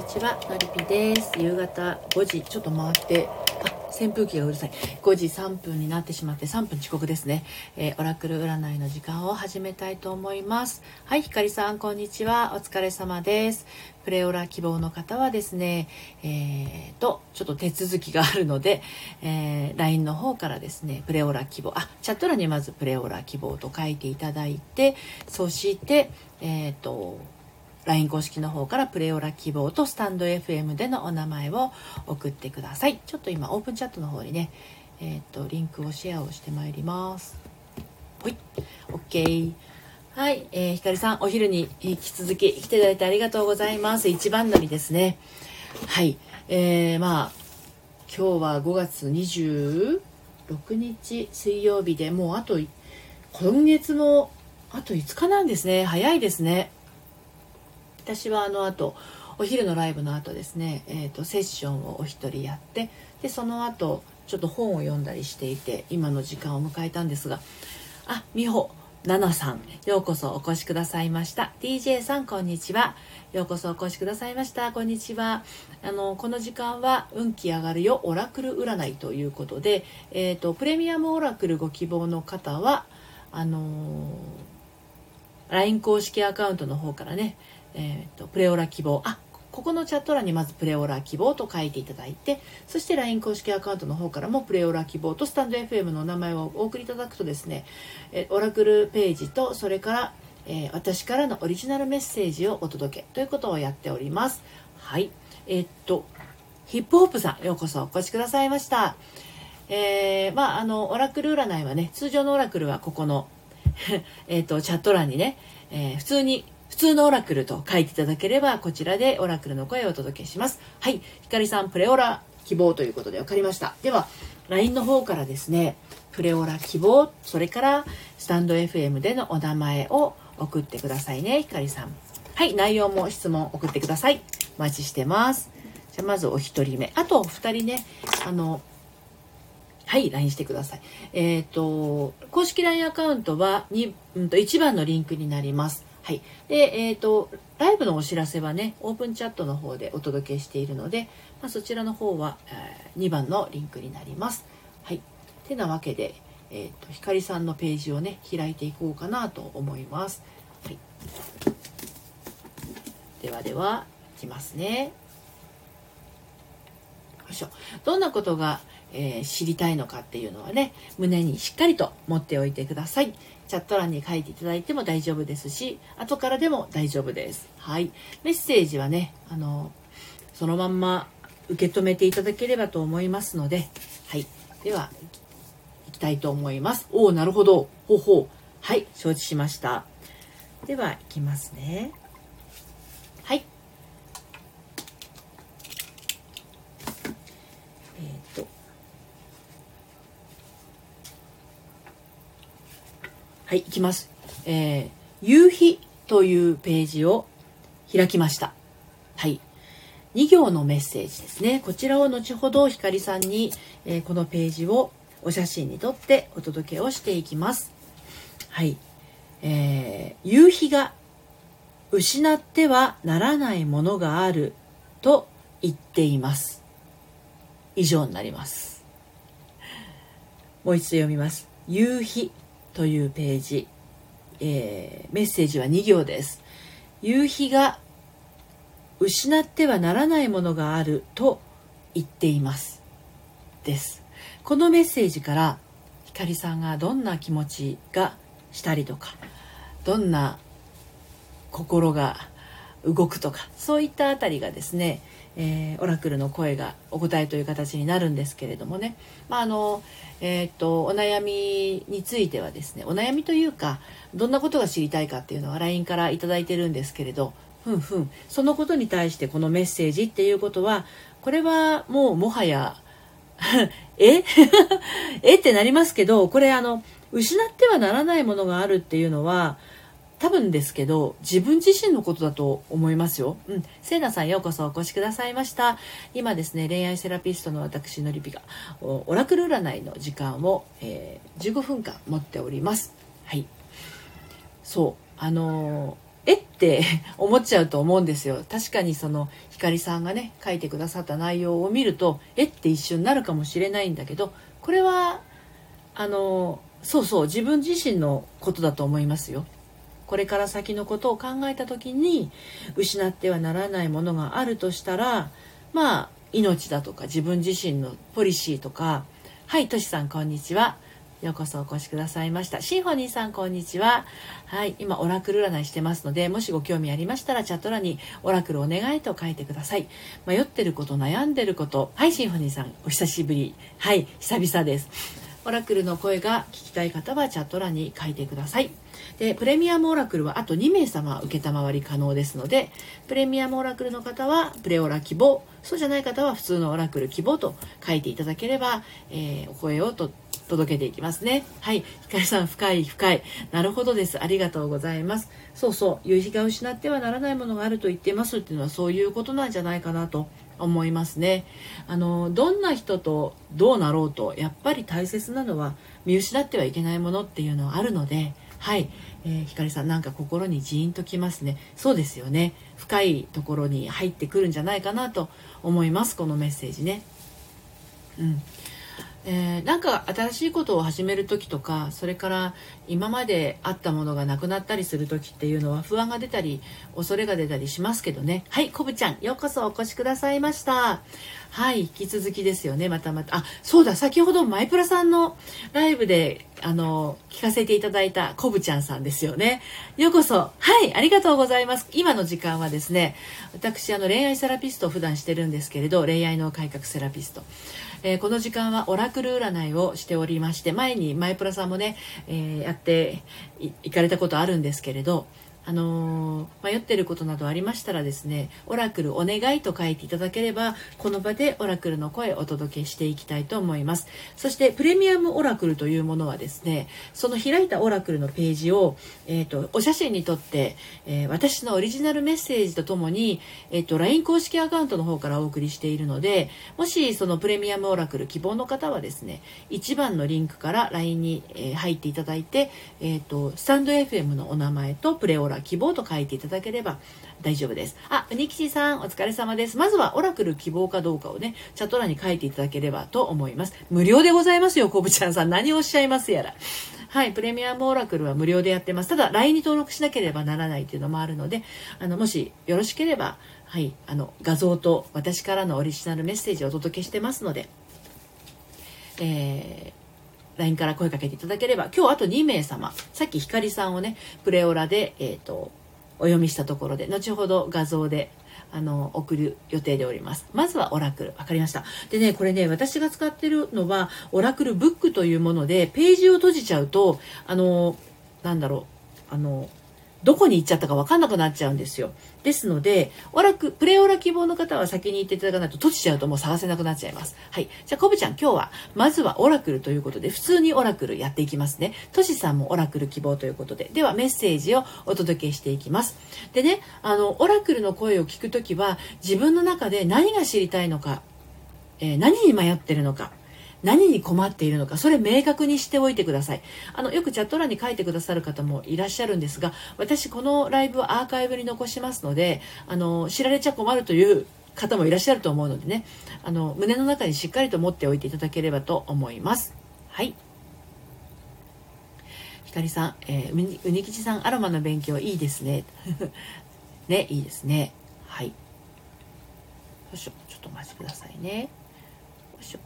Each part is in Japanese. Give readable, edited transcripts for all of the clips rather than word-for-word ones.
ちは、のりぴです。夕方5時ちょっと回って、扇風機がうるさい。5時3分になってしまって3分遅刻ですね。オラクル占いの時間を始めたいと思います。はい、ひかりさんこんにちは。お疲れ様です。プレオラ希望の方はですね、ちょっと手続きがあるので、LINE の方からですね、プレオラ希望、チャット欄にまずプレオラ希望と書いていただいて、そしてLINE 公式の方からプレオラ希望とスタンド FM でのお名前を送ってください。ちょっと今オープンチャットの方にね、リンクをシェアをしてまいります。はい、OK。はい、ひかりさんお昼に引き続き来ていただいてありがとうございます。一番乗りですね。はい、今日は5月26日水曜日で、もう今月もあと5日なんですね。早いですね。私はお昼のライブの後ですね、セッションをお一人やって、でその後ちょっと本を読んだりしていて、今の時間を迎えたんですが、美穂奈々さん、ようこそお越しくださいました。 DJ さんこんにちは、ようこそお越しくださいました。こんにちは。この時間は運気上がるよオラクル占いということで、プレミアムオラクルご希望の方はLINE 公式アカウントの方からね、プレオラ希望、ここのチャット欄にまずプレオラ希望と書いていただいて、そして LINE 公式アカウントの方からもプレオラ希望とスタンド FM のお名前をお送りいただくとですね、オラクルページと、それから、私からのオリジナルメッセージをお届けということをやっております。はい、ヒップホップさん、ようこそお越しくださいました。オラクル占いはね、通常のオラクルはここのチャット欄にね、普通のオラクルと書いていただければ、こちらでオラクルの声をお届けします。はい、ひかりさんプレオラ希望ということで分かりました。では LINE の方からですね、プレオラ希望、それからスタンド FM でのお名前を送ってくださいね、ひかりさん。はい、内容も質問送ってください。お待ちしてます。じゃあまずお一人目、あとお二人ね、はい、LINE してください。公式 LINE アカウントは1番のリンクになります。はい。で、ライブのお知らせはね、オープンチャットの方でお届けしているので、そちらの方は、2番のリンクになります。はい。てなわけで、ひかりさんのページをね、開いていこうかなと思います。はい。では、いきますね。よいしょ。どんなことが知りたいのかっていうのはね、胸にしっかりと持っておいてください。チャット欄に書いていただいても大丈夫ですし、後からでも大丈夫です。はい。メッセージはね、そのまんま受け止めていただければと思いますので、はい。では、いきたいと思います。なるほど。ほうほう。はい、承知しました。では、いきますね。はい。はい、いきます。夕日というページを開きました。はい。2行のメッセージですね。こちらを後ほどひかりさんに、このページをお写真に撮ってお届けをしていきます。はい。夕日が失ってはならないものがあると言っています。以上になります。もう一度読みます。夕日というページ、メッセージは2行です。夕日が失ってはならないものがあると言っていますです。このメッセージからひかりさんがどんな気持ちがしたりとか、どんな心が動くとか、そういったあたりがですね、オラクルの声がお答えという形になるんですけれどもね、お悩みについてはですね、お悩みというか、どんなことが知りたいかっていうのは LINE からいただいてるんですけれど、そのことに対してこのメッセージっていうことは、これはもはやえってなりますけど、これ失ってはならないものがあるっていうのは、多分ですけど自分自身のことだと思いますよ。セイナさん、ようこそお越しくださいました。今ですね、恋愛セラピストの私のりぴがオラクル占いの時間を、15分間持っております。はい。そうって思っちゃうと思うんですよ。確かにそのひかりさんがね書いてくださった内容を見るとって一瞬なるかもしれないんだけど、これはそう自分自身のことだと思いますよ。これから先のことを考えた時に失ってはならないものがあるとしたら、命だとか自分自身のポリシーとか。はい、としさんこんにちは。ようこそお越しくださいました。シンフォニーさんこんにちは。はい、今オラクル占いしてますので、もしご興味ありましたらチャット欄にオラクルお願いと書いてください。迷ってること、悩んでること。はい、シンフォニーさんお久しぶり。はい、久々です。オラクルの声が聞きたい方はチャット欄に書いてください。でプレミアムオラクルはあと2名様承り可能ですので、プレミアムオラクルの方はプレオラ希望、そうじゃない方は普通のオラクル希望と書いていただければ、お声を届けていきますね。はい、ひかりさん深いなるほどです。ありがとうございます。夕日が失ってはならないものがあると言ってますっていうのはそういうことなんじゃないかなと思いますね。どんな人とどうなろうとやっぱり大切なのは見失ってはいけないものっていうのはあるので、はい、ひかりさんなんか心にジーンときますね。そうですよね。深いところに入ってくるんじゃないかなと思います。このメッセージね。なんか新しいことを始める時とか、それから今まであったものがなくなったりする時っていうのは不安が出たり恐れが出たりしますけどね。はい、こぶちゃんようこそお越しくださいました。はい、引き続きですよね。またそうだ、先ほどマイプラさんのライブで聞かせていただいたこぶちゃんさんですよね。ようこそ。はい、ありがとうございます。今の時間はですね、私恋愛セラピストを普段してるんですけれど、恋愛の改革セラピスト、この時間はオラクル占いをしておりまして、前にマイプラさんもね、やっていかれたことあるんですけれど、迷っていることなどありましたらですね、オラクルお願いと書いていただければこの場でオラクルの声をお届けしていきたいと思います。そしてプレミアムオラクルというものはですね、その開いたオラクルのページを、お写真に撮って、私のオリジナルメッセージとともに、LINE 公式アカウントの方からお送りしているので、もしそのプレミアムオラクル希望の方はですね、1番のリンクから LINE に入っていただいて、スタンド FM のお名前とプレオラ希望と書いていただければ大丈夫です。うにきちさんお疲れ様です。まずはオラクル希望かどうかをね、チャット欄に書いていただければと思います。無料でございますよ。こぶちゃんさん何をおっしゃいますやら。はい、プレミアムオラクルは無料でやってます。ただ LINE に登録しなければならないというのもあるので、もしよろしければ、はい、画像と私からのオリジナルメッセージをお届けしてますので、LINE から声かけていただければ、今日あと2名様、さっきひかりさんをねプレオラで、お読みしたところで、後ほど画像で送る予定でおります。まずはオラクル、わかりました。でね、これね、私が使ってるのはオラクルブックというもので、ページを閉じちゃうとどこに行っちゃったか分かんなくなっちゃうんですよ。ですので、プレオラ希望の方は先に行っていただかないと閉じちゃうともう探せなくなっちゃいます。はい。じゃあ、こぶちゃん、今日は、まずはオラクルということで、普通にオラクルやっていきますね。としさんもオラクル希望ということで、ではメッセージをお届けしていきます。でね、オラクルの声を聞くときは、自分の中で何が知りたいのか、何に迷ってるのか、何に困っているのか、それ明確にしておいてください。よくチャット欄に書いてくださる方もいらっしゃるんですが、私このライブをアーカイブに残しますので、知られちゃ困るという方もいらっしゃると思うのでね、胸の中にしっかりと持っておいていただければと思います。はい。ひかりさん、うにきちさん、アロマの勉強いいですね。ね、いいですね。はい。よいしょ、ちょっとお待ちくださいね。よいしょ。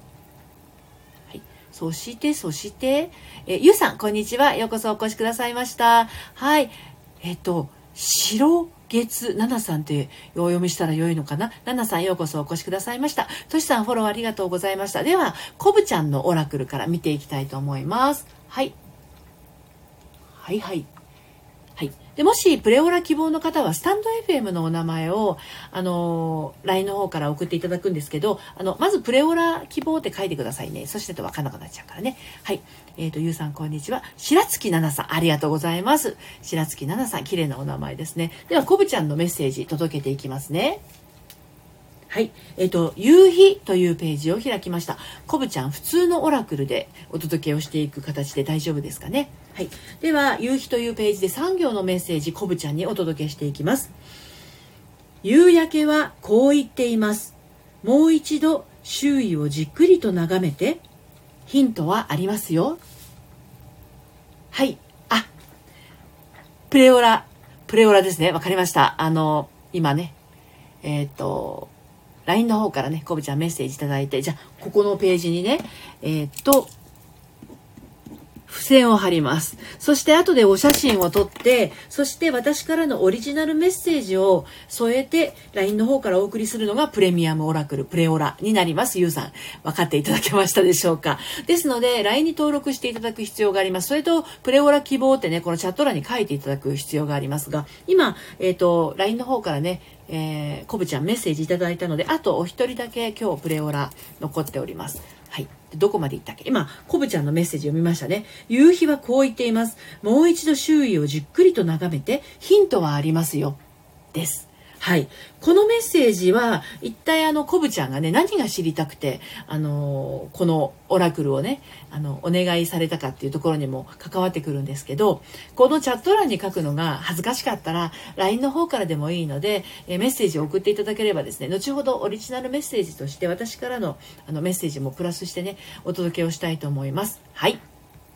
そして、ゆうさん、こんにちは。ようこそお越しくださいました。はい。白月ななさんってお読みしたら良いのかな。ななさん、ようこそお越しくださいました。としさん、フォローありがとうございました。では、こぶちゃんのオラクルから見ていきたいと思います。はい。はい。でもしプレオラ希望の方はスタンド FM のお名前をLINE の方から送っていただくんですけど、まずプレオラ希望って書いてくださいね。そしてと分かんなくなっちゃうからね。はい。ゆうさんこんにちは。白月奈々さんありがとうございます。白月奈々さん綺麗なお名前ですね。ではこぶちゃんのメッセージ届けていきますね。はい。夕日というページを開きました。こぶちゃん普通のオラクルでお届けをしていく形で大丈夫ですかね。 はい。では、夕日というページで3行のメッセージ、こぶちゃんにお届けしていきます。夕焼けはこう言っています。もう一度周囲をじっくりと眺めて、ヒントはありますよ。はい。あ、プレオラですね。わかりました。今ね、LINE の方からね、こぶちゃんメッセージいただいて、じゃあ、ここのページにね、付箋を貼ります。そして後でお写真を撮って、そして私からのオリジナルメッセージを添えて LINE の方からお送りするのがプレミアムオラクルプレオラになります。ゆうさん、分かっていただけましたでしょうか。ですので LINE に登録していただく必要があります。それとプレオラ希望ってね、このチャット欄に書いていただく必要がありますが、今、LINE の方からね、こぶちゃんメッセージいただいたので、あとお一人だけ今日プレオラ残っております。はい。どこまで行ったっけ？今、こぶちゃんのメッセージ読みましたね。夕日はこう言っています。もう一度周囲をじっくりと眺めて、ヒントはありますよ。です。はい。このメッセージは、一体こぶちゃんがね、何が知りたくて、このオラクルをね、お願いされたかっていうところにも関わってくるんですけど、このチャット欄に書くのが恥ずかしかったら、LINE の方からでもいいので、メッセージを送っていただければですね、後ほどオリジナルメッセージとして私からのメッセージもプラスしてね、お届けをしたいと思います。はい。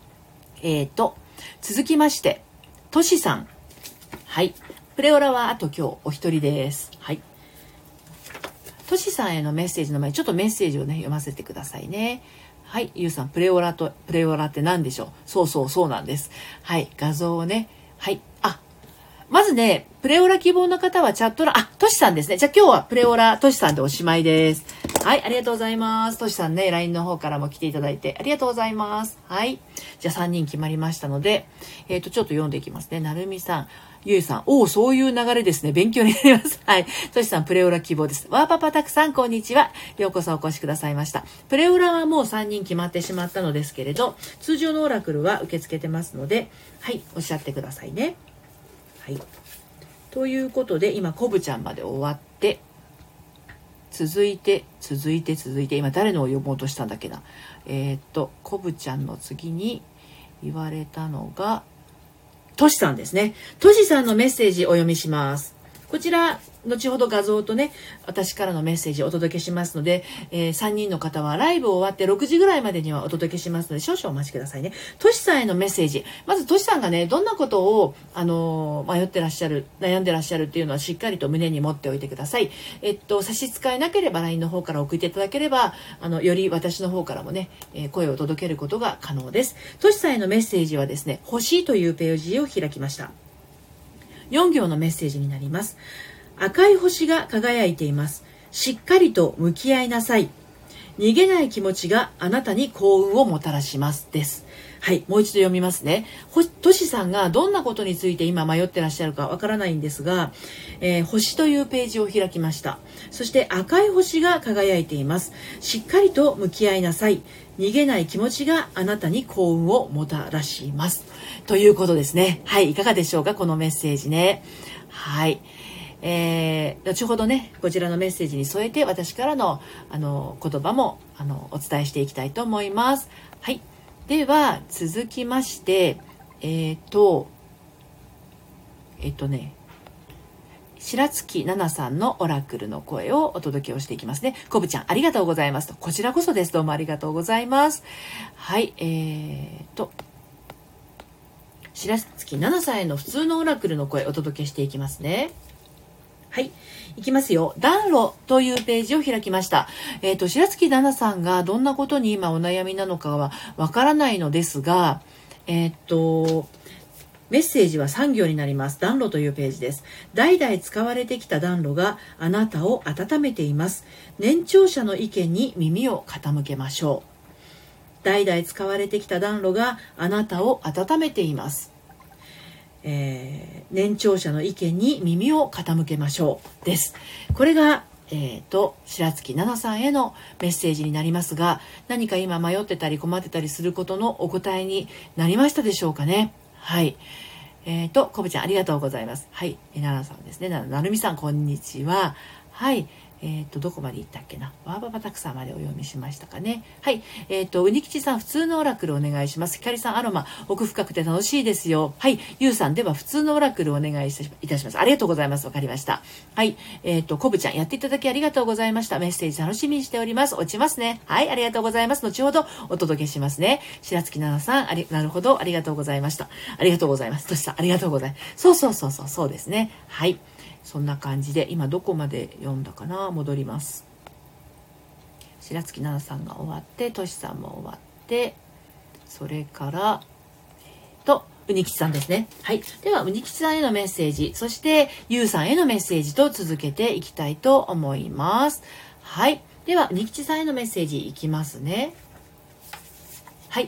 続きまして、としさん。はい。プレオラはあと今日お一人です。はい。としさんへのメッセージの前にちょっとメッセージをね、読ませてくださいね。はい。ゆうさん、プレオラって何でしょう？そうなんです。はい。画像をね。はい。まずね、プレオラ希望の方はチャット欄、としさんですね。じゃあ今日はプレオラとしさんでおしまいです。はい、ありがとうございます。としさんね、LINE の方からも来ていただいてありがとうございます。はい。じゃあ3人決まりましたので、ちょっと読んでいきますね。なるみさん、ゆうさん、そういう流れですね。勉強になります。はい。としさん、プレオラ希望です。わーパパたくさん、こんにちは。ようこそお越しくださいました。プレオラはもう3人決まってしまったのですけれど、通常のオラクルは受け付けてますので、はい、おっしゃってくださいね。はい。ということで、今、こぶちゃんまで終わって、続いて、今、誰のを読もうとしたんだっけな。こぶちゃんの次に言われたのが、としさんですね。としさんのメッセージお読みします。こちら、後ほど画像とね、私からのメッセージをお届けしますので、3人の方はライブ終わって6時ぐらいまでにはお届けしますので、少々お待ちくださいね。としさんへのメッセージ。まず、としさんがね、どんなことを、迷ってらっしゃる、悩んでらっしゃるっていうのはしっかりと胸に持っておいてください。差し支えなければ LINE の方から送っていただければ、より私の方からもね、声を届けることが可能です。としさんへのメッセージはですね、星というページを開きました。4行のメッセージになります。赤い星が輝いています。しっかりと向き合いなさい。逃げない気持ちがあなたに幸運をもたらします。です。はい、もう一度読みますね。としさんがどんなことについて今迷ってらっしゃるかわからないんですが、星というページを開きました。そして赤い星が輝いています。しっかりと向き合いなさい。逃げない気持ちがあなたに幸運をもたらします。ということですね。はい、いかがでしょうか、このメッセージね。はい。後ほどね、こちらのメッセージに添えて私からの、言葉もお伝えしていきたいと思います。はい。では続きまして白月奈々さんのオラクルの声をお届けをしていきますね。こぶちゃんありがとうございますと。こちらこそです。どうもありがとうございます。はい。白月奈々さんへの普通のオラクルの声をお届けしていきますね。はい。いきますよ。暖炉というページを開きました。白月奈々さんがどんなことに今お悩みなのかはわからないのですが、メッセージは3行になります。暖炉というページです。代々使われてきた暖炉があなたを温めています。年長者の意見に耳を傾けましょう。代々使われてきた暖炉があなたを温めています。年長者の意見に耳を傾けましょうです。これが、白月奈々さんへのメッセージになりますが、何か今迷ってたり困ってたりすることのお答えになりましたでしょうかね。はい。こぶちゃんありがとうございます。はい。奈々さんですね。なるみさんこんにちは。はい。 どこまで行ったっけな。わーばばたくさんまでお読みしましたかね。はい。うにきちさん、普通のオラクルお願いします。ひかりさん、アロマ、奥深くて楽しいですよ。はい。ゆうさん、では普通のオラクルお願いいたします。ありがとうございます。わかりました。はい。こぶちゃん、やっていただきありがとうございました。メッセージ楽しみにしております。落ちますね。はい。ありがとうございます。後ほどお届けしますね。白月奈々さん、なるほど。ありがとうございました。ありがとうございます。としさん、ありがとうございます。そうですね。はい。そんな感じで、今どこまで読んだかな。戻ります。白月奈々さんが終わって、としさんも終わって、それからうにきちさんですね。はい。ではうにきちさんへのメッセージ、そしてゆうさんへのメッセージと続けていきたいと思います。はい。ではうにきちさんへのメッセージいきますね。はい。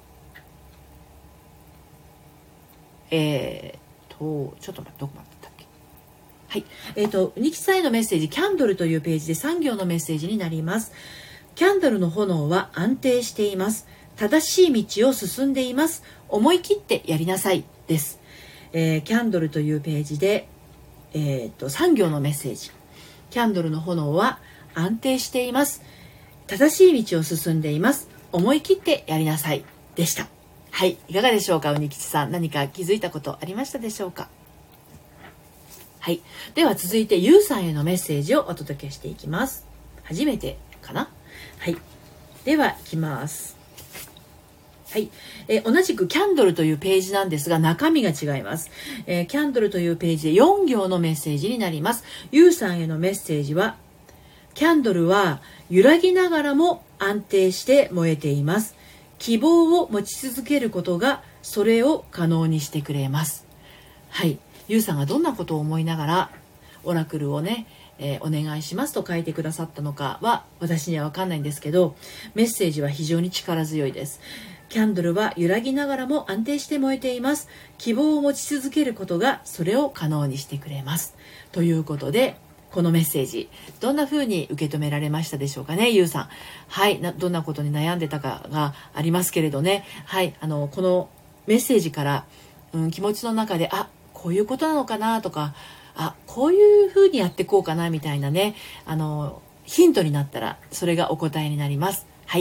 ちょっと待って、どこまでだったっけ。はい。うにきちさんへのメッセージ、キャンドルというページで3行のメッセージになります。キャンドルの炎は安定しています。正しい道を進んでいます。思い切ってやりなさいです。キャンドルというページで、3行のメッセージ。キャンドルの炎は安定しています。正しい道を進んでいます。思い切ってやりなさいでした。はい。いかがでしょうか、うにきちさん。何か気づいたことありましたでしょうか。はい。では続いて、ゆうさんへのメッセージをお届けしていきます。初めてかな。はい。では、いきます。はい。同じくキャンドルというページなんですが、中身が違います。キャンドルというページで4行のメッセージになります。ゆうさんへのメッセージは、キャンドルは揺らぎながらも安定して燃えています。希望を持ち続けることがそれを可能にしてくれます。はい。ゆうさんがどんなことを思いながらオラクルをね、お願いしますと書いてくださったのかは私には分かんないんですけど、メッセージは非常に力強いです。キャンドルは揺らぎながらも安定して燃えています。希望を持ち続けることがそれを可能にしてくれます。ということで、このメッセージ、どんな風に受け止められましたでしょうかね、ゆうさん。はい、どんなことに悩んでたかがありますけれどね。はい、このメッセージから、気持ちの中で、こういうことなのかなとか、こういう風にやっていこうかなみたいなね、ヒントになったら、それがお答えになります。はい。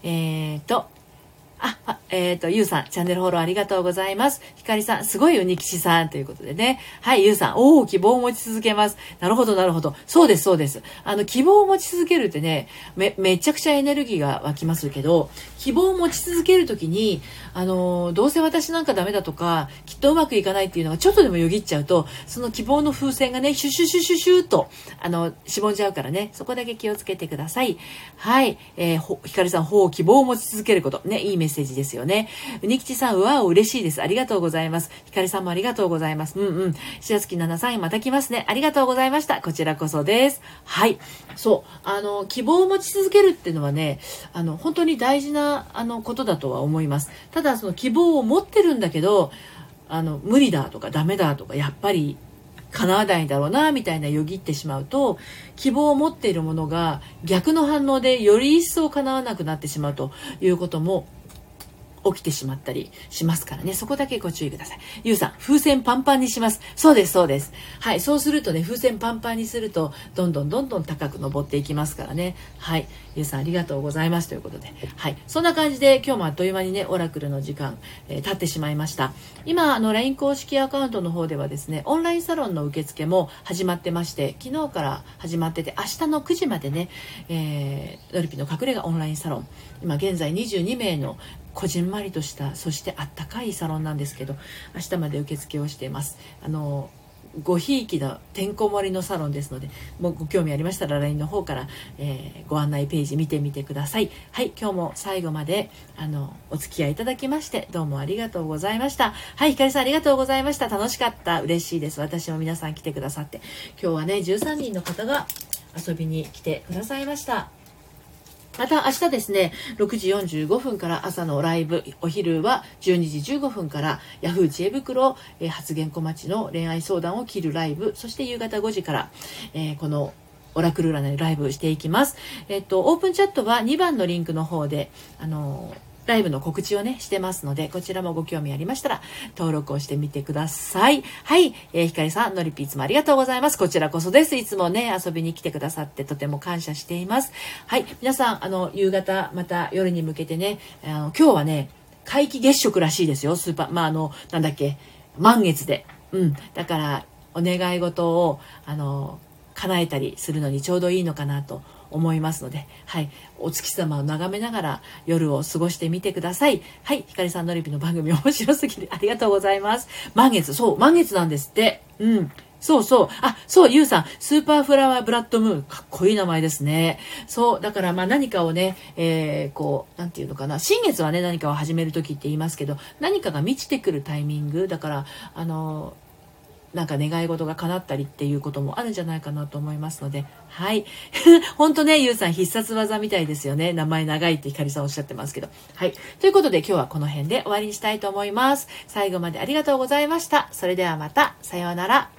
ゆうさん、チャンネルフォローありがとうございます。ひかりさん、すごいうにきちさんということでね。はい、ゆうさん、希望を持ち続けます。なるほど、なるほど。そうです、そうです。希望を持ち続けるってね、めちゃくちゃエネルギーが湧きますけど、希望を持ち続けるときに、どうせ私なんかダメだとか、きっとうまくいかないっていうのがちょっとでもよぎっちゃうと、その希望の風船がね、シュシュシュシュシューと、しぼんじゃうからね、そこだけ気をつけてください。はい、ひかりさん、希望を持ち続けること。ね、いいメッセージですよね。うにきちさん、嬉しいです。ありがとうございます。ひかりさんもありがとうございます。白月奈々さん、また来ますね。ありがとうございました。こちらこそです。はい。そう。希望を持ち続けるっていうのはね、本当に大事な、ことだとは思います。ただ、その希望を持ってるんだけど、無理だとかダメだとか、やっぱり、叶わないだろうなみたいなよぎってしまうと、希望を持っているものが逆の反応でより一層叶わなくなってしまうということも起きてしまったりしますからね。そこだけご注意ください。ゆうさん、風船パンパンにします。そうです、そうです。はい、そうするとね、風船パンパンにすると、どんどん高く登っていきますからね。はい、ゆうさんありがとうございますということで。はい、そんな感じで今日もあっという間にね、オラクルの時間、経ってしまいました。今、LINE 公式アカウントの方ではですね、オンラインサロンの受付も始まってまして、昨日から始まってて、明日の9時までね、のりぴの隠れ家オンラインサロン、今現在22名のこじんまりとしたそしてあったかいサロンなんですけど、明日まで受付をしています。ごひいきのてんこ盛りのサロンですので、もうご興味ありましたら LINE の方から、ご案内ページ見てみてください。はい、今日も最後までお付き合いいただきましてどうもありがとうございました。はい、ひかりさんありがとうございました。楽しかった、嬉しいです。私も皆さん来てくださって、今日はね13人の方が遊びに来てくださいました。また明日ですね、6時45分から朝のライブ、お昼は12時15分からヤフー知恵袋、発言小町の恋愛相談を切るライブ、そして夕方5時から、このオラクル占いライブしていきます。オープンチャットは2番のリンクの方で、 ライブの告知をね、してますので、こちらもご興味ありましたら、登録をしてみてください。はい。ひかりさん、のりぴいつもありがとうございます。こちらこそです。いつもね、遊びに来てくださってとても感謝しています。はい。皆さん、夕方、また夜に向けてね、今日はね、皆既月食らしいですよ。なんだっけ、満月で。だから、お願い事を、叶えたりするのにちょうどいいのかなと思いますので、はい。お月様を眺めながら夜を過ごしてみてください。はい。ひかりさんのりぴの番組面白すぎる。ありがとうございます。満月なんですって。そう。ゆうさん、スーパーフラワーブラッドムーン。かっこいい名前ですね。そう、だから何かをね、なんていうのかな。新月はね、何かを始めるときって言いますけど、何かが満ちてくるタイミング。だから、なんか願い事が叶ったりっていうこともあるんじゃないかなと思いますので、はい。本当ね、ゆうさん必殺技みたいですよね。名前長いってひかりさんおっしゃってますけど。はい。ということで今日はこの辺で終わりにしたいと思います。最後までありがとうございました。それではまた。さようなら。